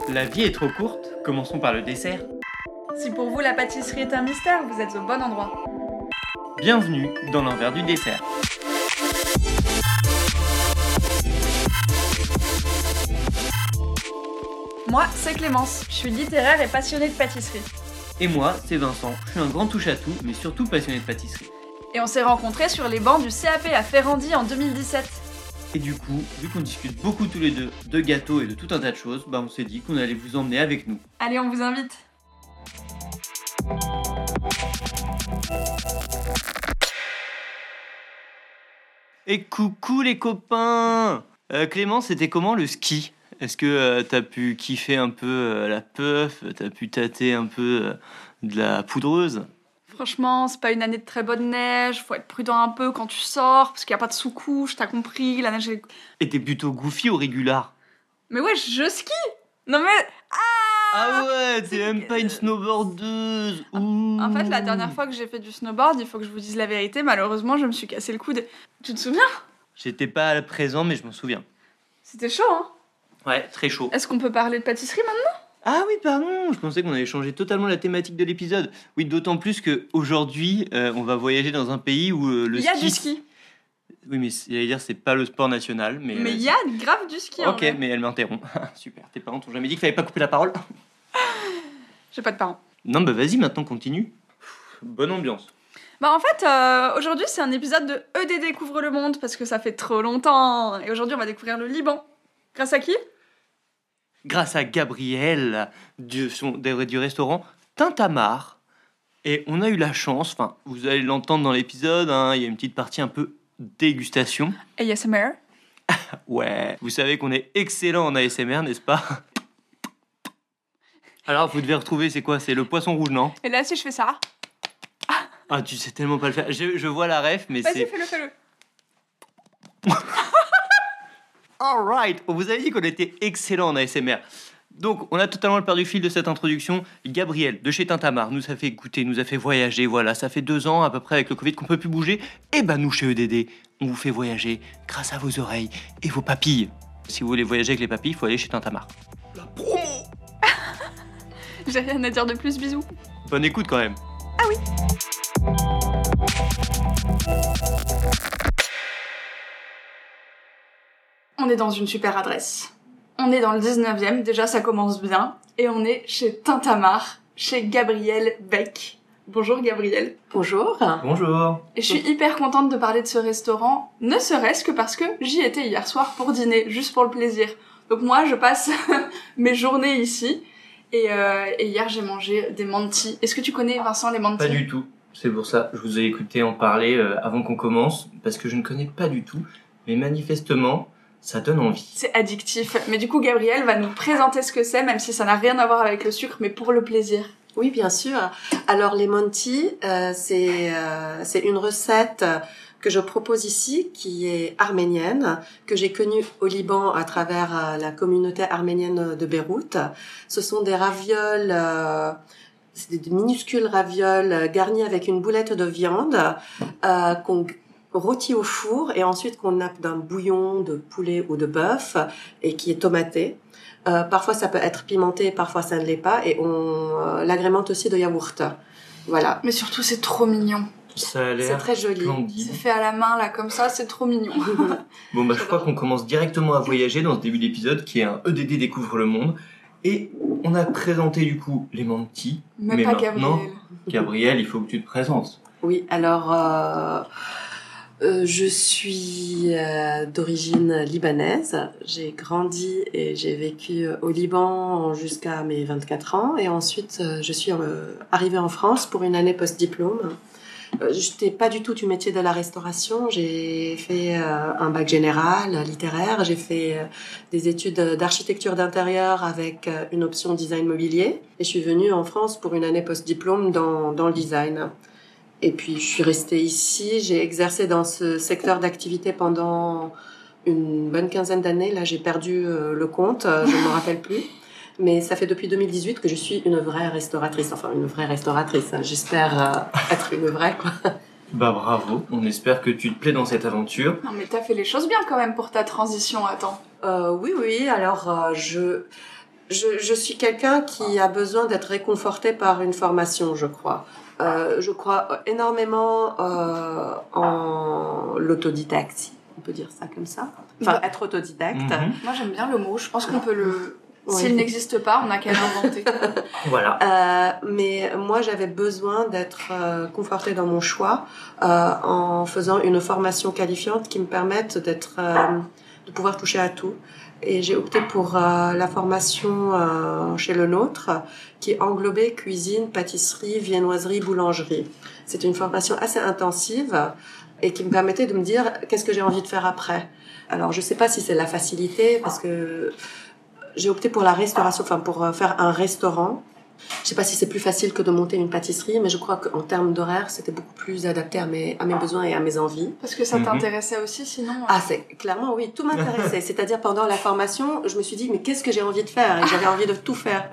La vie est trop courte, commençons par le dessert. Si pour vous la pâtisserie est un mystère, vous êtes au bon endroit. Bienvenue dans l'envers du dessert. Moi, c'est Clémence, je suis littéraire et passionnée de pâtisserie. Et moi, c'est Vincent, je suis un grand touche-à-tout, mais surtout passionné de pâtisserie. Et on s'est rencontrés sur les bancs du CAP à Ferrandi en 2017. Et du coup, vu qu'on discute beaucoup tous les deux de gâteaux et de tout un tas de choses, on s'est dit qu'on allait vous emmener avec nous. Allez, on vous invite. Et coucou les copains Clément, c'était comment le ski? Est-ce que t'as pu kiffer un peu la puff? T'as pu tâter un peu de la poudreuse? Franchement, c'est pas une année de très bonne neige, faut être prudent un peu quand tu sors, parce qu'il y a pas de sous-couche, t'as compris, la neige est... Et t'es plutôt goofy ou régular? Mais ouais, je skie. Non mais... Ah ouais, t'es même pas une snowboardeuse. Ouh. En fait, la dernière fois que j'ai fait du snowboard, il faut que je vous dise la vérité, malheureusement, je me suis cassé le coude. Tu te souviens? J'étais pas présent, mais je m'en souviens. C'était chaud, hein? Ouais, très chaud. Est-ce qu'on peut parler de pâtisserie maintenant? Ah oui, pardon, je pensais qu'on allait changer totalement la thématique de l'épisode. Oui, d'autant plus qu'aujourd'hui, on va voyager dans un pays où le ski... Il y a du ski. Oui, mais j'allais dire, c'est pas le sport national, mais... Mais il y a grave du ski, en Ok, vrai. mais elle m'interrompt. Super, tes parents t'ont jamais dit qu'il fallait pas couper la parole? J'ai pas de parents. Non, vas-y, maintenant, continue. Bonne ambiance. En fait, aujourd'hui, c'est un épisode de ED découvre le monde, parce que ça fait trop longtemps. Et aujourd'hui, on va découvrir le Liban. Grâce à qui? Grâce à Gabriel du restaurant Tintamarre. Et on a eu la chance, vous allez l'entendre dans l'épisode, il y a une petite partie un peu dégustation. ASMR. Ouais, vous savez qu'on est excellent en ASMR, n'est-ce pas? Alors, vous devez retrouver, c'est quoi? C'est le poisson rouge, non? Et là, si je fais ça... Ah, tu sais tellement pas le faire. Je vois la ref, mais Vas-y, c'est... fais-le. Alright, on vous avait dit qu'on était excellent en ASMR. Donc, on a totalement perdu le fil de cette introduction. Gabriel, de chez Tintamarre, nous a fait goûter, nous a fait voyager, voilà. Ça fait 2 ans, à peu près, avec le Covid, qu'on peut plus bouger. Et nous, chez EDD, on vous fait voyager grâce à vos oreilles et vos papilles. Si vous voulez voyager avec les papilles, il faut aller chez Tintamarre. La promo! J'ai rien à dire de plus, bisous. Bonne écoute, quand même. Ah oui. On est dans une super adresse. On est dans le 19e, déjà ça commence bien. Et on est chez Tintamarre, chez Gabriel Beck. Bonjour Gabriel. Bonjour. Bonjour. Et je suis hyper contente de parler de ce restaurant, ne serait-ce que parce que j'y étais hier soir pour dîner, juste pour le plaisir. Donc moi, je passe mes journées ici. Et hier, j'ai mangé des mantis. Est-ce que tu connais, Vincent, les mantis? Pas du tout. C'est pour ça, je vous ai écouté en parler avant qu'on commence, parce que je ne connais pas du tout. Mais manifestement, ça donne envie. C'est addictif. Mais du coup, Gabriel va nous présenter ce que c'est, même si ça n'a rien à voir avec le sucre, mais pour le plaisir. Oui, bien sûr. Alors, les mantis, c'est une recette que je propose ici, qui est arménienne, que j'ai connue au Liban à travers la communauté arménienne de Beyrouth. Ce sont des ravioles, c'est des minuscules ravioles garnis avec une boulette de viande qu'on rôtit au four et ensuite qu'on nappe d'un bouillon de poulet ou de bœuf et qui est tomaté. Parfois ça peut être pimenté, parfois ça ne l'est pas, et on l'agrémente aussi de yaourt. Voilà. Mais surtout, c'est trop mignon. Ça a l'air C'est très joli. splendide. C'est fait à la main, là, comme ça, c'est trop mignon. Je crois qu'on commence directement à voyager dans ce début d'épisode qui est un EDD découvre le monde. Et on a présenté du coup les mantis. Mais pas maintenant, Gabriel. Gabriel, il faut que tu te présentes. Oui, alors je suis d'origine libanaise. J'ai grandi et j'ai vécu au Liban jusqu'à mes 24 ans. Et ensuite, je suis arrivée en France pour une année post-diplôme. Je n'étais pas du tout du métier de la restauration. J'ai fait un bac général littéraire. J'ai fait des études d'architecture d'intérieur avec une option design mobilier. Et je suis venue en France pour une année post-diplôme dans le design. Et puis, je suis restée ici. J'ai exercé dans ce secteur d'activité pendant une bonne quinzaine d'années. Là, j'ai perdu le compte. Je ne me rappelle plus. Mais ça fait depuis 2018 que je suis une vraie restauratrice. Enfin, une vraie restauratrice. J'espère être une vraie, quoi. Bravo. On espère que tu te plais dans cette aventure. Non, mais t'as fait les choses bien quand même pour ta transition, attends. Oui. Alors, Je suis quelqu'un qui a besoin d'être réconforté par une formation, je crois. Je crois énormément en l'autodidacte, on peut dire ça comme ça. Enfin, être autodidacte. Moi, j'aime bien le mot. Je pense qu'on peut le... Oui. S'il n'existe pas, on n'a qu'à l'inventer. Voilà. Mais moi, j'avais besoin d'être confortée dans mon choix en faisant une formation qualifiante qui me permette de pouvoir toucher à tout. Et j'ai opté pour la formation chez Le Nôtre, qui englobait cuisine, pâtisserie, viennoiserie, boulangerie. C'était une formation assez intensive et qui me permettait de me dire qu'est-ce que j'ai envie de faire après. Alors, je sais pas si c'est la facilité, parce que j'ai opté pour la restauration, enfin pour faire un restaurant. Je sais pas si c'est plus facile que de monter une pâtisserie, mais je crois qu'en termes d'horaire, c'était beaucoup plus adapté à mes besoins et à mes envies. Parce que ça t'intéressait aussi, sinon... Ah, c'est clairement, oui, tout m'intéressait. C'est-à-dire, pendant la formation, je me suis dit, mais qu'est-ce que j'ai envie de faire? Et j'avais envie de tout faire.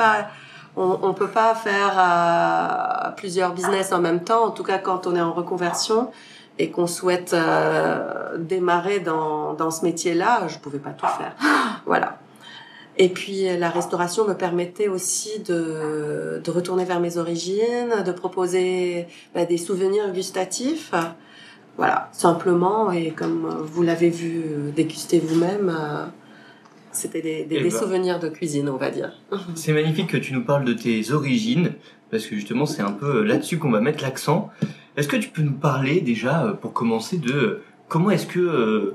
On peut pas faire plusieurs business en même temps, en tout cas quand on est en reconversion et qu'on souhaite démarrer dans ce métier-là, je pouvais pas tout faire. Voilà. Et puis la restauration me permettait aussi de retourner vers mes origines, de proposer des souvenirs gustatifs. Voilà, simplement, et comme vous l'avez vu déguster vous-même, c'était des souvenirs de cuisine, on va dire. C'est magnifique que tu nous parles de tes origines, parce que justement c'est un peu là-dessus qu'on va mettre l'accent. Est-ce que tu peux nous parler déjà, pour commencer, de comment est-ce que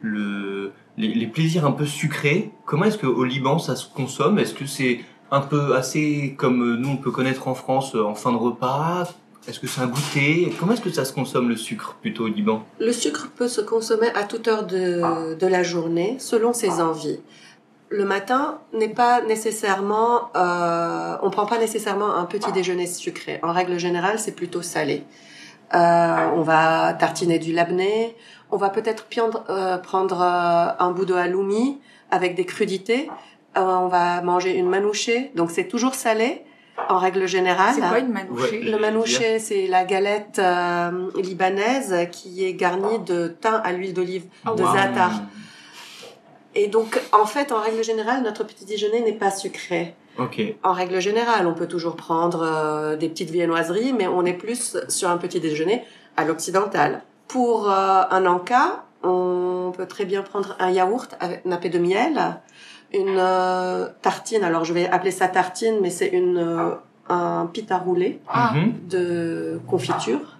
les plaisirs un peu sucrés, comment est-ce qu'au Liban ça se consomme? Est-ce que c'est un peu assez comme nous on peut connaître en France en fin de repas? Est-ce que c'est un goûter? Comment est-ce que ça se consomme le sucre plutôt au Liban? Le sucre peut se consommer à toute heure de la journée, selon ses envies. Le matin n'est pas nécessairement, on prend pas nécessairement un petit déjeuner sucré. En règle générale, c'est plutôt salé. On va tartiner du labné. On va peut-être prendre un bout de halloumi avec des crudités. On va manger une manouché. Donc c'est toujours salé en règle générale. C'est quoi une manouché? Le manouché, c'est la galette libanaise qui est garnie de thym à l'huile d'olive, de za'atar. Et donc en fait, en règle générale, notre petit déjeuner n'est pas sucré. Okay. En règle générale, on peut toujours prendre des petites viennoiseries, mais on est plus sur un petit déjeuner à l'occidental. Pour un encas, on peut très bien prendre un yaourt avec nappé de miel, une tartine. Alors je vais appeler ça tartine, mais c'est un pita roulé de confiture,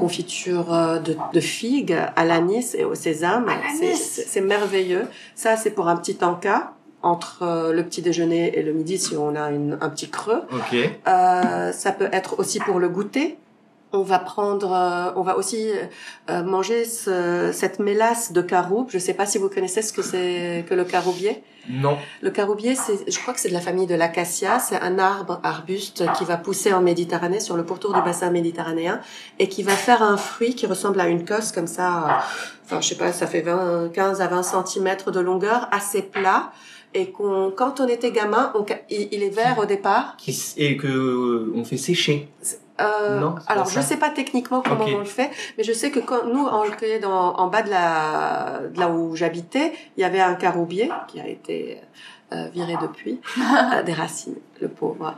de figues à l'anis et au sésame. C'est merveilleux. Ça, c'est pour un petit encas. Entre le petit déjeuner et le midi, si on a un petit creux. Okay. Ça peut être aussi pour le goûter. On va aussi manger cette mélasse de caroube. Je sais pas si vous connaissez ce que c'est que le caroubier. Non. Le caroubier, je crois que c'est de la famille de l'acacia. C'est un arbuste qui va pousser en Méditerranée, sur le pourtour du bassin méditerranéen, et qui va faire un fruit qui ressemble à une cosse comme ça. Enfin, je sais pas, ça fait 15 à 20 centimètres de longueur, assez plat. Et quand on était gamin, il est vert au départ. Et que on fait sécher. Non, alors je sais pas techniquement comment on le fait, mais je sais que quand nous on le cueillait en bas de là où j'habitais, il y avait un caroubier qui a été viré depuis des racines, le pauvre.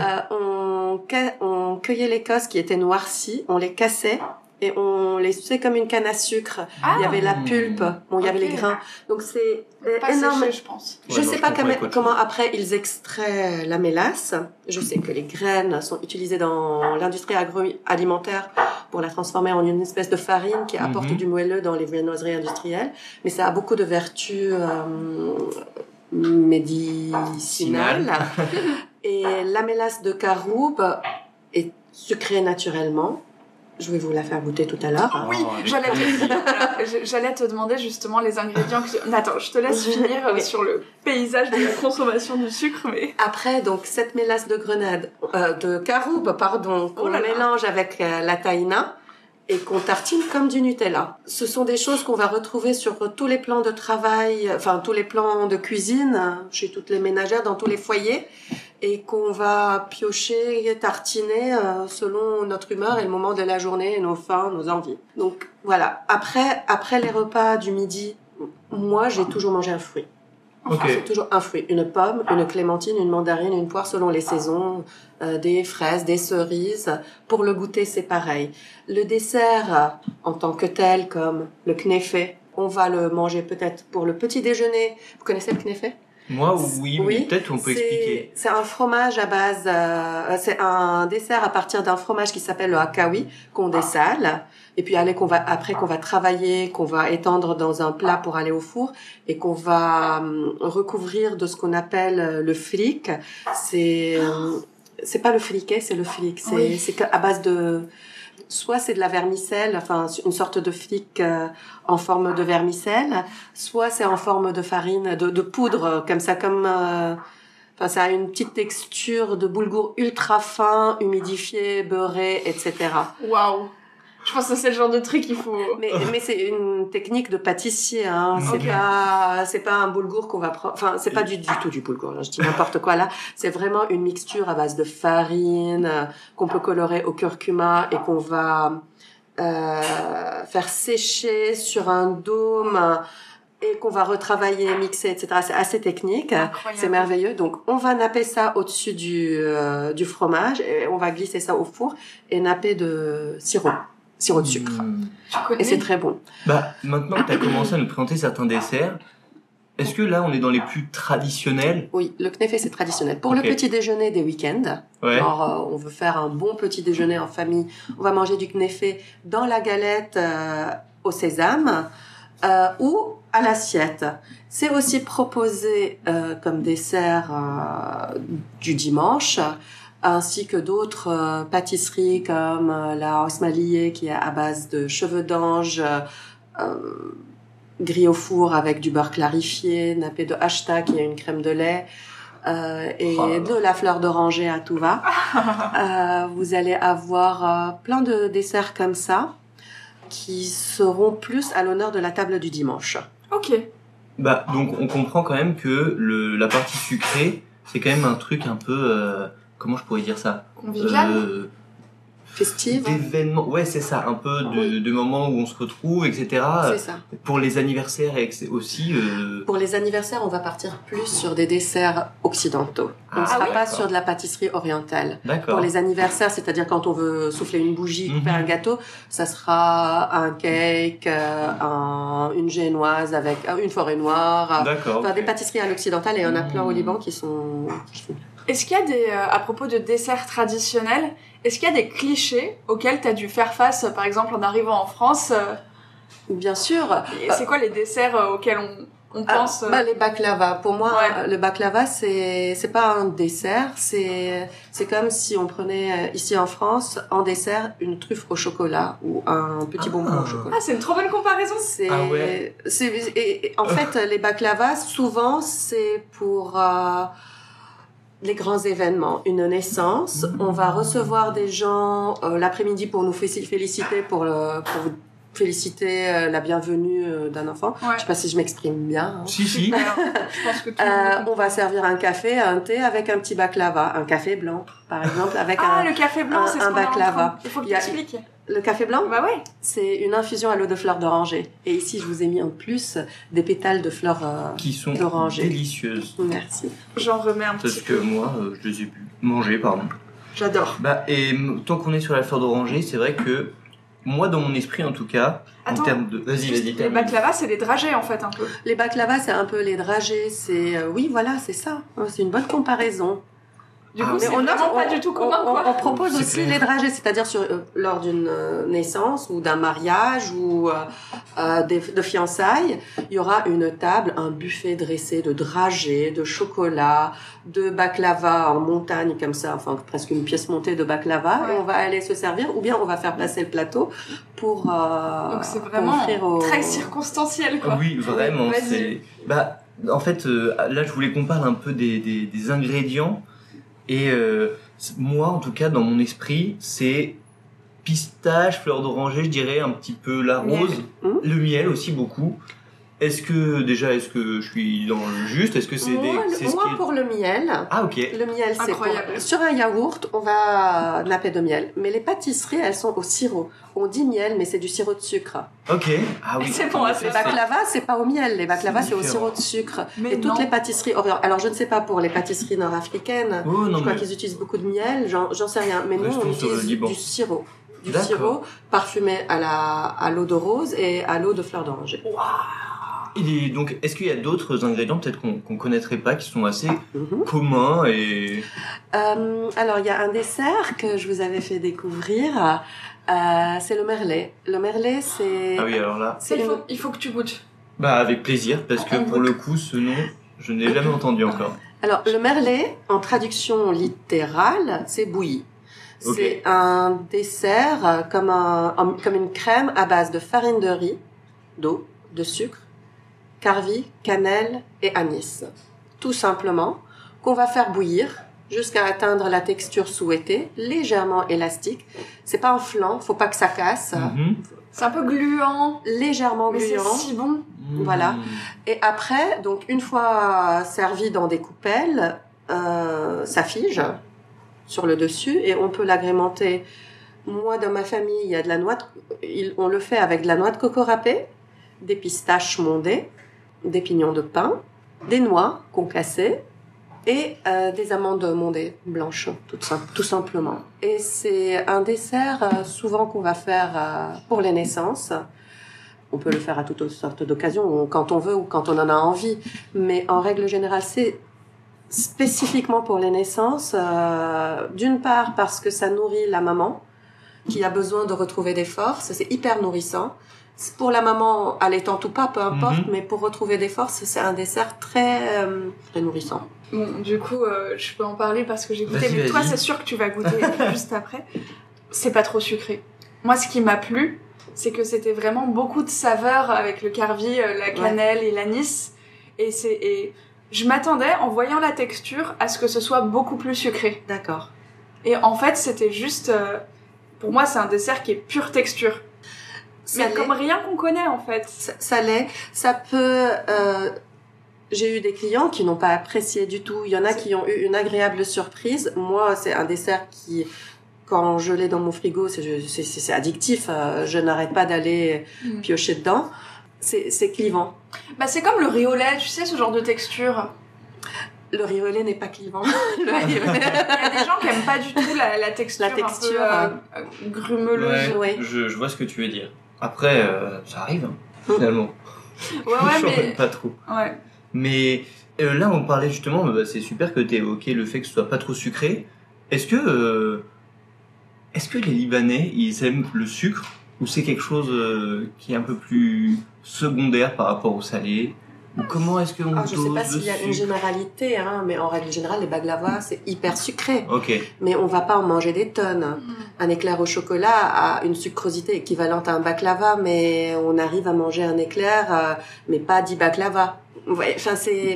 On cueillait les cosses qui étaient noircies, on les cassait et on les suçait comme une canne à sucre. Il y avait la pulpe, il y avait les grains. Donc c'est énorme. Séché, je pense. Je sais pas comment après ils extraient la mélasse. Je sais que les graines sont utilisées dans l'industrie agroalimentaire pour la transformer en une espèce de farine qui apporte du moelleux dans les viennoiseries industrielles. Mais ça a beaucoup de vertus médicinales. Et la mélasse de caroube est sucrée naturellement. Je vais vous la faire goûter tout à l'heure. Oui, j'allais te demander justement les ingrédients. Attends, je te laisse finir sur le paysage de la consommation du sucre, mais... Après, donc, cette mélasse de caroube, qu'on mélange avec la tahina et qu'on tartine comme du Nutella. Ce sont des choses qu'on va retrouver sur tous les plans de travail, enfin, tous les plans de cuisine, chez toutes les ménagères, dans tous les foyers, et qu'on va piocher, tartiner selon notre humeur et le moment de la journée, nos faim, nos envies. Donc voilà. Après les repas du midi, moi j'ai toujours mangé un fruit. Ok. C'est toujours un fruit, une pomme, une clémentine, une mandarine, une poire selon les saisons, des fraises, des cerises. Pour le goûter, c'est pareil. Le dessert, en tant que tel, comme le knéfé, on va le manger peut-être pour le petit déjeuner. Vous connaissez le knéfé? Moi, oui, mais peut-être on peut expliquer. C'est un fromage à base, c'est un dessert à partir d'un fromage qui s'appelle le hakawi, qu'on dessale, et puis après qu'on va travailler, qu'on va étendre dans un plat pour aller au four, et qu'on va recouvrir de ce qu'on appelle le flic. C'est pas le friquet, c'est le flic. C'est à base de, soit c'est de la vermicelle, enfin une sorte de flic en forme de vermicelle, soit c'est en forme de farine, de poudre, comme ça, enfin ça a une petite texture de boulgour ultra fin, humidifié, beurré, etc. Waouh. Je pense que c'est le genre de truc qu'il faut... Mais c'est une technique de pâtissier, hein. C'est pas un boulgour qu'on va prendre, enfin, c'est pas du tout du boulgour, là. Je dis n'importe quoi, là. C'est vraiment une mixture à base de farine, qu'on peut colorer au curcuma et qu'on va, faire sécher sur un dôme et qu'on va retravailler, mixer, etc. C'est assez technique. Incroyable. C'est merveilleux. Donc, on va napper ça au-dessus du fromage et on va glisser ça au four et napper de sirop de sucre. Tu connais? Et c'est très bon. Bah, maintenant que tu as commencé à nous présenter certains desserts, est-ce que là, on est dans les plus traditionnels? Oui, le knéfé, c'est traditionnel. Pour Ok. le petit déjeuner des week-ends, Ouais. alors, on veut faire un bon petit déjeuner en famille, on va manger du knéfé dans la galette au sésame ou à l'assiette. C'est aussi proposé comme dessert du dimanche, ainsi que d'autres pâtisseries comme la osmalié qui est à base de cheveux d'ange, grillé au four avec du beurre clarifié, nappé de hachta qui est une crème de lait, et de la fleur d'oranger à tout va. Vous allez avoir plein de desserts comme ça qui seront plus à l'honneur de la table du dimanche. Ok. Bah, donc on comprend quand même que la partie sucrée, c'est quand même un truc un peu... comment je pourrais dire ça? Convivial. Festive. D'événements, ouais, c'est ça, un peu de moments où on se retrouve, etc. C'est ça. Pour les anniversaires aussi. Pour les anniversaires, on va partir plus sur des desserts occidentaux. On ne sera pas d'accord. sur de la pâtisserie orientale. D'accord. Pour les anniversaires, c'est-à-dire quand on veut souffler une bougie, faire un gâteau, ça sera un cake, une génoise avec une forêt noire. D'accord. Enfin, ok. des pâtisseries à l'occidental, et il y en a plein au Liban qui sont... Est-ce qu'il y a à propos de desserts traditionnels, est-ce qu'il y a des clichés auxquels tu as dû faire face, par exemple, en arrivant en France Bien sûr. Et c'est quoi les desserts auxquels on pense Les baklava. Pour moi, Ouais. le baklava, c'est pas un dessert. C'est comme si on prenait ici en France en dessert une truffe au chocolat ou un petit bonbon au chocolat. Ah, c'est une trop bonne comparaison. Ah ouais. Et en fait, les baklavas, souvent, c'est pour les grands événements, une naissance. On va recevoir des gens l'après-midi pour nous féliciter pour vous féliciter la bienvenue d'un enfant. Ouais. Je sais pas si je m'exprime bien. Hein. Si. Je pense que tout le monde... On va servir un café, un thé avec un petit baklava, un café blanc, par exemple, avec le café blanc, c'est ce un qu'on est en baklava. train- Il faut que tu expliques. Le café blanc, Bah ouais. c'est une infusion à l'eau de fleurs d'oranger. Et ici, je vous ai mis en plus des pétales de fleurs Qui sont d'oranger. délicieuses. Merci. J'en remets un Parce petit que peu. moi, je les ai pu manger, pardon. J'adore. Bah, et tant qu'on est sur la fleur d'oranger, c'est vrai que moi, dans mon esprit en tout cas, Attends, en termes de... Vas-y, Juste, vas-y, les termine. baklava, c'est les dragées en fait un peu. Les baklavas, c'est un peu les dragées. C'est oui, voilà, c'est ça. C'est une bonne comparaison. Du Ah, coup, mais c'est vraiment pas du tout commun, quoi. On propose C'est aussi clair. les dragées, c'est-à-dire lors d'une naissance ou d'un mariage ou de fiançailles, il y aura une table, un buffet dressé de dragées, de chocolat, de baklava en montagne comme ça, enfin presque une pièce montée de baklava, Ouais. et on va aller se servir, ou bien on va faire passer le plateau pour Donc c'est vraiment offrir aux... très circonstanciel, quoi. Oui, vraiment. Vas-y. C'est... Bah, en fait, là, je voulais qu'on parle un peu des ingrédients. Et moi, en tout cas, dans mon esprit, c'est pistache, fleur d'oranger, je dirais un petit peu la rose, Miel. le miel aussi beaucoup. est-ce que je suis dans le juste? Est-ce que c'est Moi, pour le miel. Ah, ok. Le miel, c'est incroyable. sur un yaourt, on va napper de miel. Mais les pâtisseries, elles sont au sirop. On dit miel, mais c'est du sirop de sucre. Ok. Ah oui. C'est bon, Les baklava, c'est pas au miel. Les baklava, c'est au sirop de sucre. Mais et toutes les pâtisseries orientales. Alors, je ne sais pas pour les pâtisseries nord-africaines. Oh, non, je crois qu'ils utilisent beaucoup de miel. J'en sais rien. Mais nous, on utilise du sirop. Du sirop parfumé à l'eau de rose et à l'eau de fleur d'oranger. Et donc, est-ce qu'il y a d'autres ingrédients peut-être qu'on connaîtrait pas, qui sont assez communs et... Alors, il y a un dessert que je vous avais fait découvrir. C'est le merlet. Le merlet, c'est... Ah oui, alors là... Il faut que tu goûtes. Bah, avec plaisir, parce que pour le coup, ce nom, je n'ai jamais entendu encore. Alors, le merlet, en traduction littérale, c'est bouilli. Okay. C'est un dessert comme une crème à base de farine de riz, d'eau, de sucre, carvi, cannelle et anis. Tout simplement, qu'on va faire bouillir jusqu'à atteindre la texture souhaitée, légèrement élastique. C'est pas un flan, faut pas que ça casse. C'est un peu gluant. Légèrement mais gluant. c'est si bon. Voilà. Et après, donc une fois servi dans des coupelles, ça fige sur le dessus et on peut l'agrémenter. Moi, dans ma famille, il y a de la noix. On le fait avec de la noix de coco râpée, des pistaches mondées, des pignons de pin, des noix concassées et des amandes mondées blanches, tout simplement. Et c'est un dessert souvent qu'on va faire pour les naissances. On peut le faire à toutes sortes d'occasions, quand on veut ou quand on en a envie. Mais en règle générale, c'est spécifiquement pour les naissances. D'une part, parce que ça nourrit la maman, qui a besoin de retrouver des forces. C'est hyper nourrissant. Pour la maman allaitante ou pas, peu importe, mais pour retrouver des forces, c'est un dessert très nourrissant. Bon, du coup, je peux en parler parce que j'ai goûté, mais toi, c'est sûr que tu vas goûter juste après. C'est pas trop sucré. Moi, ce qui m'a plu, c'est que c'était vraiment beaucoup de saveurs avec le carvi, la cannelle et l'anis. Et je m'attendais, en voyant la texture, à ce que ce soit beaucoup plus sucré. D'accord. Et en fait, c'était juste... pour moi, c'est un dessert qui est pure texture. Mais comme rien qu'on connaît, en fait. Ça l'est. Ça peut... J'ai eu des clients qui n'ont pas apprécié du tout. Il y en a qui ont eu une agréable surprise. Moi, c'est un dessert qui... Quand je l'ai dans mon frigo, c'est addictif. Je n'arrête pas d'aller piocher dedans. C'est clivant. Bah, c'est comme le riz au lait, tu sais, ce genre de texture. Le riz au lait n'est pas clivant. Il y a des gens qui aiment pas du tout la texture un peu grumeleuse. Ouais, je vois ce que tu veux dire. Après, ça arrive, finalement. Ouais, mais... pas trop. Ouais. Mais là, on parlait justement, c'est super que tu aies évoqué le fait que ce soit pas trop sucré. Est-ce que les Libanais, ils aiment le sucre, ou c'est quelque chose qui est un peu plus secondaire par rapport au salé? Ou comment est-ce qu'on dose je sais pas s'il y a une sucre? généralité, mais en règle générale, les baklava, c'est hyper sucré. Ok. Mais on va pas en manger des tonnes. Un éclair au chocolat a une sucrosité équivalente à un baklava, mais on arrive à manger un éclair, mais pas 10 baklava. Ouais, enfin,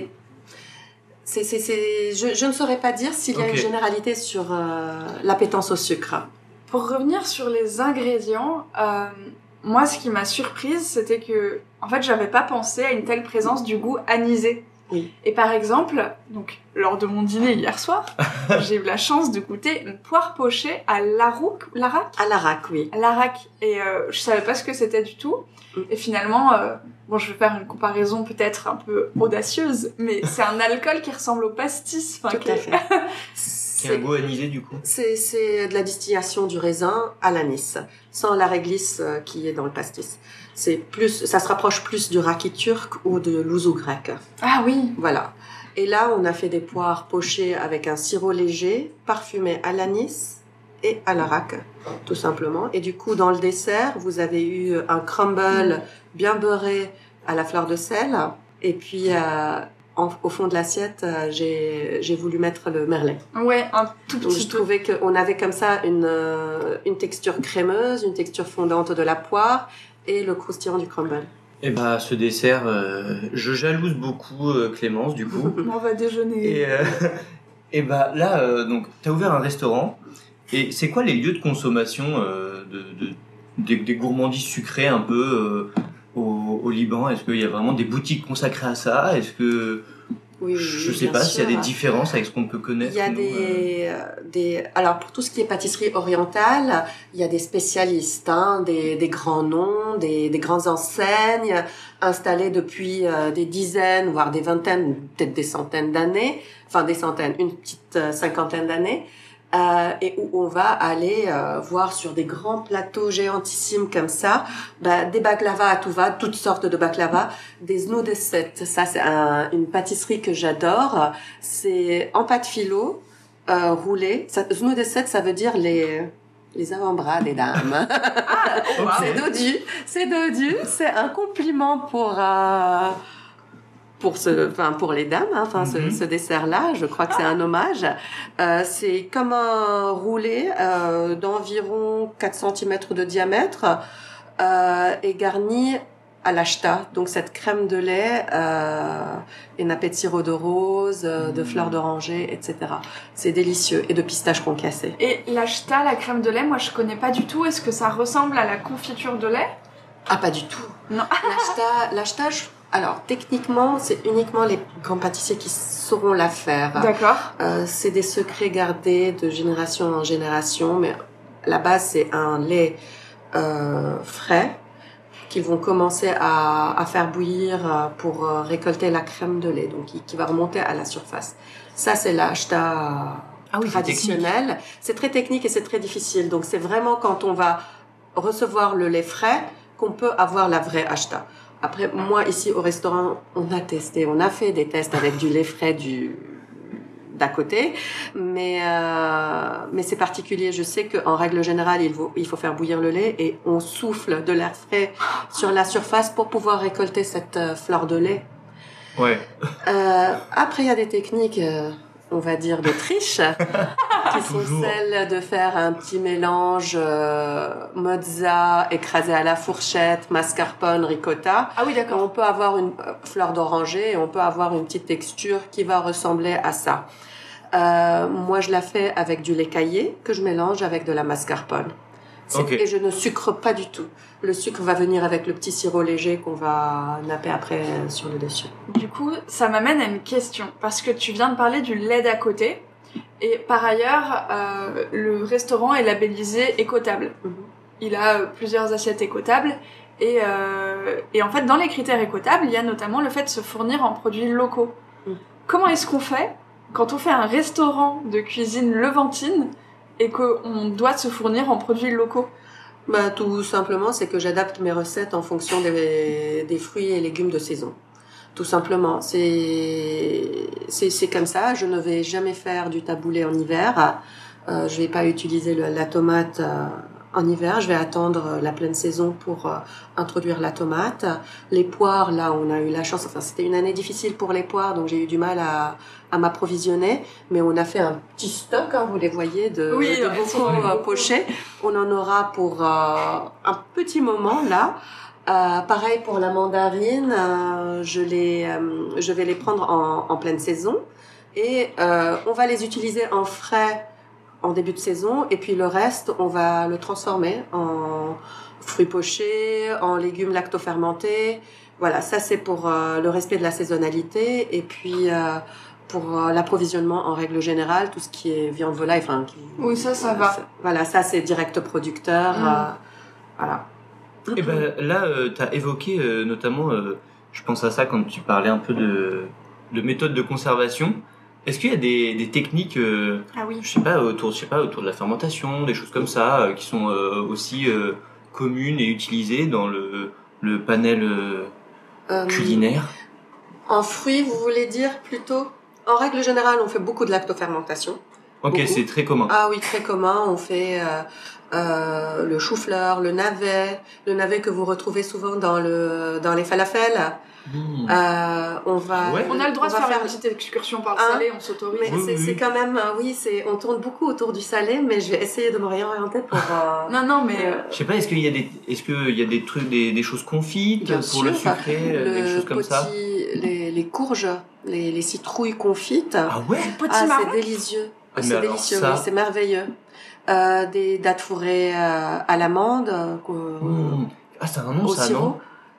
je ne saurais pas dire s'il y a une généralité sur l'appétence au sucre. Pour revenir sur les ingrédients, moi, ce qui m'a surprise, c'était que, en fait, j'avais pas pensé à une telle présence du goût anisé. Oui. Et par exemple, donc, lors de mon dîner hier soir, j'ai eu la chance de goûter une poire pochée à l'arac. À l'arac, oui. À l'arac. Et je savais pas ce que c'était du tout. Et finalement, bon, je vais faire une comparaison peut-être un peu audacieuse, mais c'est un alcool qui ressemble au pastis. Tout à fait. C'est un goût anisé, du coup. C'est de la distillation du raisin à l'anis, sans la réglisse qui est dans le pastis. Ça se rapproche plus du raki turc ou de l'ouzou grec. Ah oui. Voilà. Et là, on a fait des poires pochées avec un sirop léger, parfumé à l'anis et à l'arac, tout simplement. Et du coup, dans le dessert, vous avez eu un crumble bien beurré à la fleur de sel. Et puis, au fond de l'assiette, j'ai voulu mettre le merlet. Ouais, un tout petit peu. Je trouvais qu'on avait comme ça une texture crémeuse, une texture fondante de la poire et le croustillant du crumble. Et bah, ce dessert, je jalouse beaucoup Clémence, du coup. On va déjeuner. Et bah là, donc, t'as ouvert un restaurant. Et c'est quoi les lieux de consommation des gourmandises sucrées un peu au Liban? Est-ce qu'il y a vraiment des boutiques consacrées à ça? Est-ce que Oui, je sais bien pas s'il y a sûr. des différences avec ce qu'on peut connaître. Il y a alors pour tout ce qui est pâtisserie orientale, il y a des spécialistes, hein, des grands noms, des grandes enseignes installées depuis des dizaines, voire des vingtaines, peut-être des centaines d'années, enfin des centaines, une petite cinquantaine d'années. Et où on va aller voir sur des grands plateaux géantissimes comme ça, des baklava à tout va, toutes sortes de baklava, des znudesset. Ça, c'est une pâtisserie que j'adore. C'est en pâte filo, roulé. Znudesset, ça veut dire les avant-bras des dames. C'est dodu. C'est un compliment pour les dames, hein, ce dessert-là, je crois que c'est un hommage. C'est comme un roulé d'environ 4 cm de diamètre et garni à l'acheta. Donc cette crème de lait, et nappée de sirop de rose, de fleurs d'oranger, etc. C'est délicieux. Et de pistaches concassées. Et l'acheta, la crème de lait, moi je connais pas du tout. Est-ce que ça ressemble à la confiture de lait? Ah, pas du tout. Non. L'acheta, alors, techniquement, c'est uniquement les grands pâtissiers qui sauront la faire. D'accord. C'est des secrets gardés de génération en génération, mais la base, c'est un lait frais qu'ils vont commencer à faire bouillir pour récolter la crème de lait, donc qui va remonter à la surface. Ça, c'est l'acheta traditionnel. C'est très technique et c'est très difficile. Donc, c'est vraiment quand on va recevoir le lait frais qu'on peut avoir la vraie acheta. Après, moi, ici, au restaurant, on a fait des tests avec du lait frais d'à côté, mais c'est particulier. Je sais qu'en règle générale, il faut faire bouillir le lait et on souffle de l'air frais sur la surface pour pouvoir récolter cette fleur de lait. Ouais. Après, il y a des techniques, on va dire, de triche, qui sont celles de faire un petit mélange mozza écrasé à la fourchette, mascarpone, ricotta. Ah oui, d'accord. On peut avoir une fleur d'oranger et on peut avoir une petite texture qui va ressembler à ça. Moi, je la fais avec du lait caillé que je mélange avec de la mascarpone. Et je ne sucre pas du tout. Le sucre va venir avec le petit sirop léger qu'on va napper après sur le dessus. Du coup, ça m'amène à une question. Parce que tu viens de parler du lait d'à côté. Et par ailleurs, le restaurant est labellisé écotable. Il a plusieurs assiettes écotables. Et en fait, dans les critères écotables, il y a notamment le fait de se fournir en produits locaux. Comment est-ce qu'on fait quand on fait un restaurant de cuisine levantine et qu'on doit se fournir en produits locaux? Tout simplement, c'est que j'adapte mes recettes en fonction des fruits et légumes de saison. Tout simplement, c'est comme ça. Je ne vais jamais faire du taboulé en hiver. Je vais pas utiliser la tomate en hiver. Je vais attendre la pleine saison pour introduire la tomate. Les poires, là, on a eu la chance. Enfin, c'était une année difficile pour les poires, donc j'ai eu du mal à m'approvisionner. Mais on a fait un petit stock, hein, vous les voyez, de beaucoup pochés. On en aura pour un petit moment là. Pareil pour la mandarine, je vais les prendre en pleine saison et on va les utiliser en frais en début de saison et puis le reste on va le transformer en fruits pochés, en légumes lactofermentés. Voilà, ça c'est pour le respect de la saisonnalité et puis pour l'approvisionnement en règle générale, tout ce qui est viande volaille, oui, ça va. Voilà, ça c'est direct producteur. Voilà. Et là, tu as évoqué notamment, je pense à ça quand tu parlais un peu de méthodes de conservation. Est-ce qu'il y a des techniques, je sais pas, autour de la fermentation, des choses comme ça, qui sont aussi communes et utilisées dans le panel culinaire? En fruits, vous voulez dire plutôt? En règle générale, on fait beaucoup de lactofermentation. Ok, beaucoup. C'est très commun. Ah oui, très commun. On fait le chou-fleur, le navet que vous retrouvez souvent dans les falafels. On a le droit de faire une petite excursion par le salé, on s'autorise. Mais c'est quand même, on tourne beaucoup autour du salé, mais je vais essayer de me réorienter pour. Non, mais. Je sais pas, est-ce qu'il y a des trucs, des choses confites Bien pour sûr, le sucré, des choses comme ça? Les courges, les citrouilles confites. Ah ouais? C'est délicieux. C'est délicieux, oui, c'est merveilleux. Des dattes fourrées à l'amande. Ah, c'est un nom, ça, non?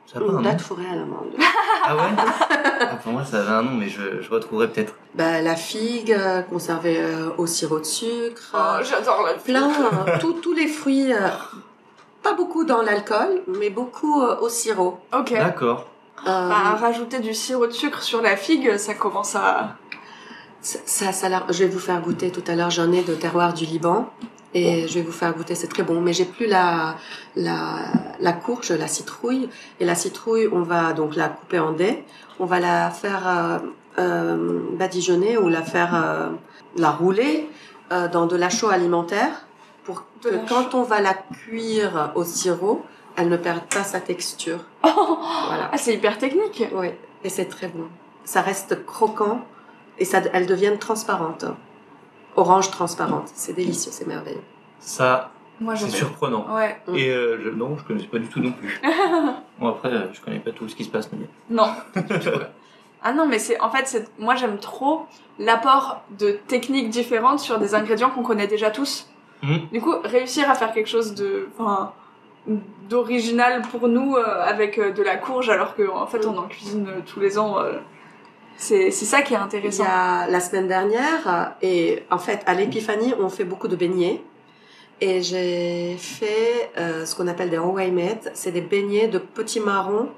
Ça a pas un nom Date fourrée à l'amande. Ah ouais. Pour moi, ça avait un nom, mais je retrouverai peut-être. Bah, la figue conservée au sirop de sucre. J'adore la figue. Plein, tous les fruits, pas beaucoup dans l'alcool, mais beaucoup au sirop. Ok. D'accord. Rajouter du sirop de sucre sur la figue, ça commence à... Je vais vous faire goûter tout à l'heure, j'en ai de terroir du Liban. Et je vais vous faire goûter, c'est très bon. Mais j'ai plus la courge, la citrouille. Et la citrouille, on va donc la couper en dés. On va la faire badigeonner ou la rouler dans de la chaux alimentaire pour que quand on va la cuire au sirop, elle ne perde pas sa texture. Voilà. Ah, c'est hyper technique. Oui, et c'est très bon. Ça reste croquant et elles deviennent transparentes. Orange transparente. C'est délicieux, c'est merveilleux. Ça, Moi, c'est surprenant. Ouais. Et non, je connaissais pas du tout non plus. Bon, après, je connais pas tout ce qui se passe. Mais... Non. Ah non, mais moi j'aime trop l'apport de techniques différentes sur des ingrédients qu'on connaît déjà tous. Du coup, réussir à faire quelque chose d'original pour nous avec de la courge alors qu'en fait on en cuisine tous les ans. C'est ça qui est intéressant. Il y a la semaine dernière, et en fait, à l'Épiphanie, on fait beaucoup de beignets. Et j'ai fait ce qu'on appelle des Hawaiimet. C'est des beignets de petits marrons,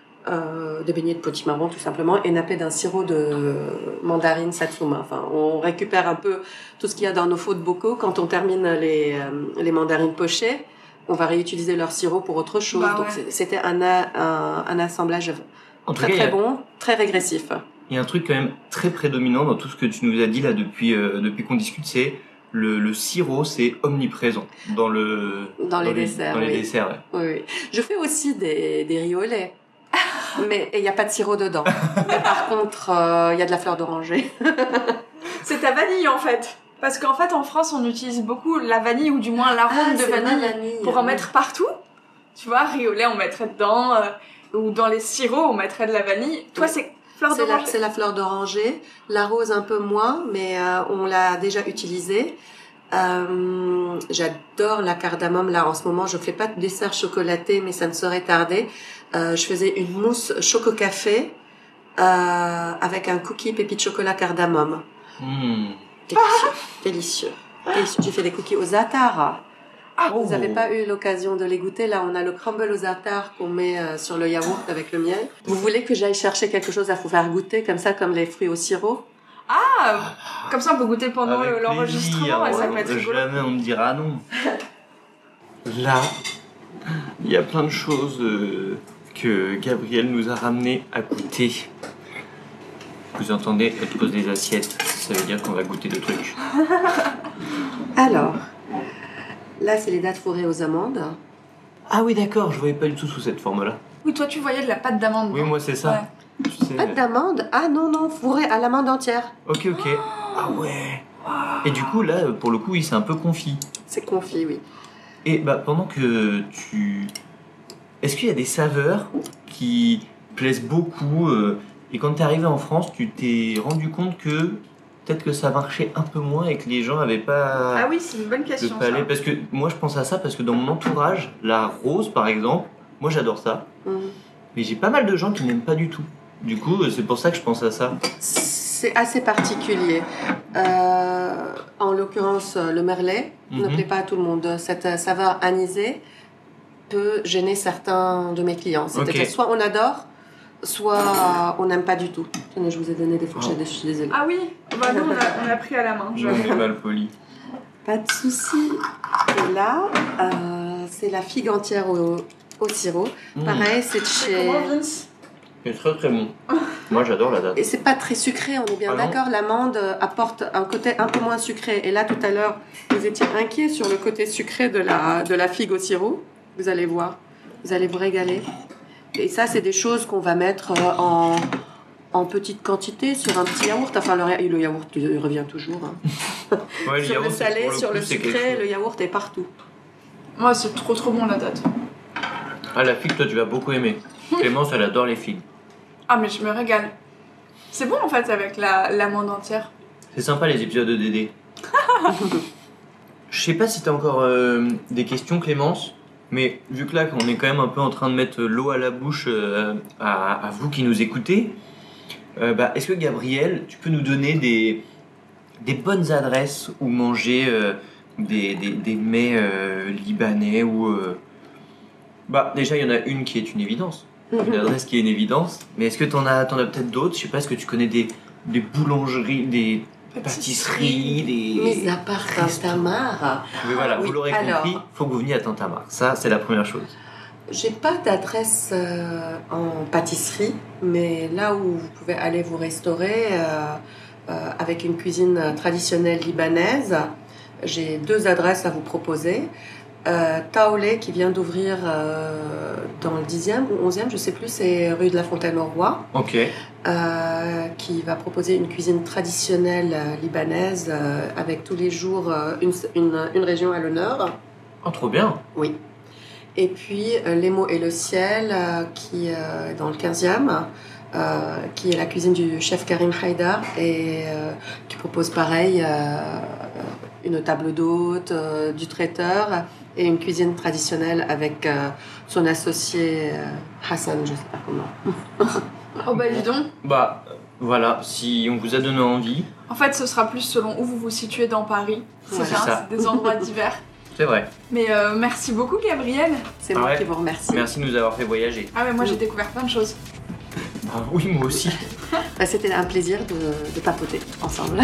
tout simplement, et nappés d'un sirop de mandarine satsuma. Enfin, on récupère un peu tout ce qu'il y a dans nos faux de bocaux. Quand on termine les mandarines pochées, on va réutiliser leur sirop pour autre chose. Bah ouais. Donc c'était un assemblage très bon, très régressif. Il y a un truc quand même très prédominant dans tout ce que tu nous as dit là depuis qu'on discute, c'est le sirop, c'est omniprésent dans les desserts. desserts. Ouais. Oui. Je fais aussi des riz au lait, mais il n'y a pas de sirop dedans. Mais par contre, il y a de la fleur d'oranger. C'est ta vanille en fait. Parce qu'en fait, en France, on utilise beaucoup la vanille ou du moins l'arôme de vanille pour en mettre partout. Tu vois, riz au lait, on mettrait dedans, ou dans les sirops, on mettrait de la vanille. Toi, c'est c'est la fleur d'oranger, la rose un peu moins, mais on l'a déjà utilisée. J'adore la cardamome. Là, en ce moment, je fais pas de dessert chocolaté, mais ça ne saurait tarder. Je faisais une mousse choco-café avec un cookie pépi de chocolat cardamome. Délicieux. J'ai fait des cookies aux za'atar. Vous n'avez pas eu l'occasion de les goûter. Là, on a le crumble aux za'atar qu'on met sur le yaourt avec le miel. Vous voulez que j'aille chercher quelque chose à vous faire goûter, comme ça, comme les fruits au sirop? Comme ça, on peut goûter pendant l'enregistrement. Et ça peut être rigolo. Jamais on me dira non. Là, il y a plein de choses que Gabrielle nous a ramenées à goûter. Vous entendez, elle pose des assiettes. Ça veut dire qu'on va goûter de trucs. Alors... Là, c'est les dattes fourrées aux amandes. Ah oui, d'accord, je voyais pas du tout sous cette forme-là. Oui, toi, tu voyais de la pâte d'amande. Oui, moi, c'est ça. Ouais. Tu sais... Pâte d'amande? Ah non, fourrée à l'amande entière. Ok. Ah ouais. Et du coup, là, pour le coup, il s'est un peu confit. C'est confit, oui. Et pendant que tu... Est-ce qu'il y a des saveurs qui plaisent beaucoup et quand t'es arrivé en France, tu t'es rendu compte que peut-être que ça marchait un peu moins et que les gens n'avaient pas... Ah oui, c'est une bonne question, ça. Parce que moi, je pense à ça parce que dans mon entourage, la rose, par exemple, moi, j'adore ça. Mais j'ai pas mal de gens qui n'aiment pas du tout. Du coup, c'est pour ça que je pense à ça. C'est assez particulier. En l'occurrence, le merlet ne plaît pas à tout le monde. Cette saveur anisée peut gêner certains de mes clients. C'est-à-dire, soit on adore, soit on n'aime pas du tout. Tenez, je vous ai donné des fourchettes, je suis désolée. Ah oui, nous on a pris à la main. Je suis mal poli. Pas de souci. Et là, c'est la figue entière au sirop. Pareil, c'est de chez... Comment, Vince? C'est très très bon. Moi j'adore la date. Et c'est pas très sucré, on est bien d'accord. L'amande apporte un côté un peu moins sucré. Et là, tout à l'heure, vous étiez inquiet sur le côté sucré de la figue au sirop. Vous allez voir. Vous allez vous régaler. Et ça, c'est des choses qu'on va mettre en petite quantité sur un petit yaourt. Enfin, le yaourt il revient toujours. Hein. Ouais, sur le salé, sur le sucré, le yaourt est partout. Moi, c'est trop bon la date. Ah, la figue, toi, tu vas beaucoup aimer. Clémence, elle adore les figues. Ah, mais je me régale. C'est bon, en fait, avec l'amande entière. C'est sympa, les épisodes de Dédé. Je sais pas si t'as encore des questions, Clémence, Mais vu que là, on est quand même un peu en train de mettre l'eau à la bouche à vous qui nous écoutez, est-ce que Gabriel, tu peux nous donner des bonnes adresses où manger des mets libanais ou... déjà, il y en a une qui est une évidence. Une adresse qui est une évidence. Mais est-ce que t'en as peut-être d'autres? Je sais pas, est-ce que tu connais des boulangeries, des pâtisseries, Mis à part Tintamarre. Mais voilà, vous l'aurez compris, faut que vous veniez à Tintamarre. Ça, c'est la première chose. J'ai pas d'adresse en pâtisserie, mais là où vous pouvez aller vous restaurer avec une cuisine traditionnelle libanaise, j'ai 2 adresses à vous proposer. Taoulé qui vient d'ouvrir dans le 10e ou 11e, je sais plus, c'est rue de la Fontaine au Roi. Ok. Qui va proposer une cuisine traditionnelle libanaise avec tous les jours une région à l'honneur. Oh, trop bien. Oui. Et puis Les Mots et le Ciel qui est dans le 15e. Qui est la cuisine du chef Karim Haïdar et qui propose pareil une table d'hôte, du traiteur et une cuisine traditionnelle avec son associé Hassan, je sais pas comment. Oh bah dis donc. Voilà, si on vous a donné envie. En fait, ce sera plus selon où vous vous situez dans Paris. C'est Voilà. bien, C'est ça. c'est des endroits divers. C'est vrai. Mais merci beaucoup Gabriel. C'est moi qui vous remercie. Merci de nous avoir fait voyager. Ah mais moi j'ai découvert plein de choses. Oui, moi aussi. C'était un plaisir de papoter ensemble.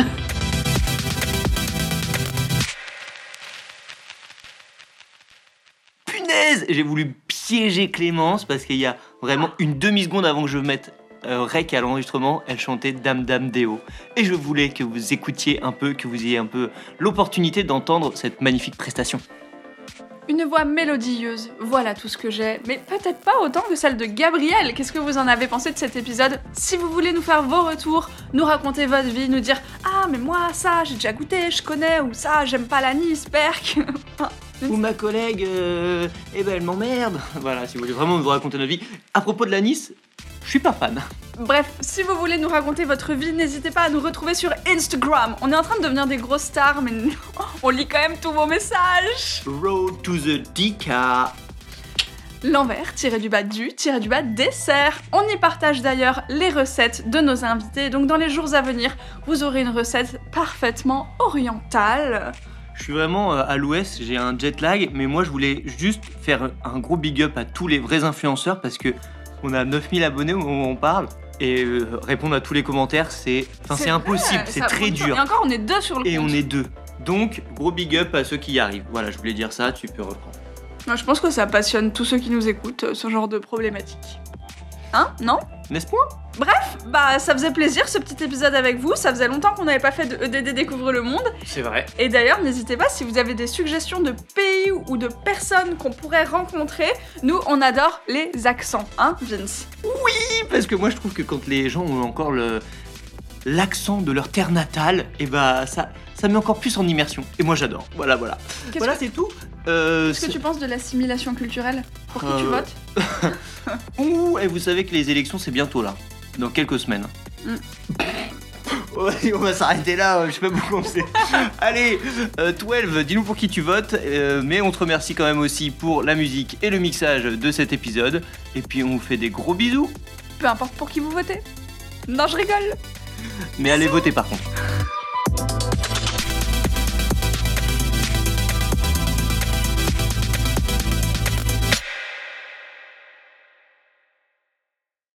Punaise! J'ai voulu piéger Clémence parce qu'il y a vraiment une demi-seconde avant que je mette rec à l'enregistrement, elle chantait Dame Dame Déo. Et je voulais que vous écoutiez un peu, que vous ayez un peu l'opportunité d'entendre cette magnifique prestation. Une voix mélodieuse, voilà tout ce que j'ai, mais peut-être pas autant que celle de Gabriel. Qu'est-ce que vous en avez pensé de cet épisode? Si vous voulez nous faire vos retours, nous raconter votre vie, nous dire « Ah, mais moi, ça, j'ai déjà goûté, je connais » ou « Ça, j'aime pas l'anis, perk » Ou ma collègue, elle m'emmerde. Voilà, si vous voulez vraiment nous raconter notre vie. À propos de l'anis, je suis pas fan. Bref, si vous voulez nous raconter votre vie, n'hésitez pas à nous retrouver sur Instagram. On est en train de devenir des grosses stars, mais on lit quand même tous vos messages. Road to the DK. L'envers, tiré du bas, dessert. On y partage d'ailleurs les recettes de nos invités. Donc dans les jours à venir, vous aurez une recette parfaitement orientale. Je suis vraiment à l'ouest, j'ai un jet lag, mais moi je voulais juste faire un gros big up à tous les vrais influenceurs parce que on a 9000 abonnés au moment où on parle et répondre à tous les commentaires, c'est impossible, c'est très dur. Et encore, on est 2 sur le compte. Et on est 2. Donc, gros big up à ceux qui y arrivent. Voilà, je voulais dire ça, tu peux reprendre. Moi, je pense que ça passionne tous ceux qui nous écoutent, ce genre de problématique. Hein? Non? N'est-ce pas? Bref, ça faisait plaisir ce petit épisode avec vous. Ça faisait longtemps qu'on n'avait pas fait de EDD Découvre le Monde. C'est vrai. Et d'ailleurs, n'hésitez pas si vous avez des suggestions de pays ou de personnes qu'on pourrait rencontrer. Nous, on adore les accents, hein, Vince? Oui, parce que moi je trouve que quand les gens ont encore l'accent de leur terre natale, et ça met encore plus en immersion. Et moi j'adore. Voilà. Voilà, c'est tout. Qu'est-ce que tu penses de l'assimilation culturelle? Pour qui tu votes? Ouh, et vous savez que les élections c'est bientôt là, dans quelques semaines. Ouais, on va s'arrêter là, je sais pas pourquoi on sait. Allez, 12, dis-nous pour qui tu votes, mais on te remercie quand même aussi pour la musique et le mixage de cet épisode. Et puis on vous fait des gros bisous. Peu importe pour qui vous votez. Non, je rigole. Mais allez voter par contre.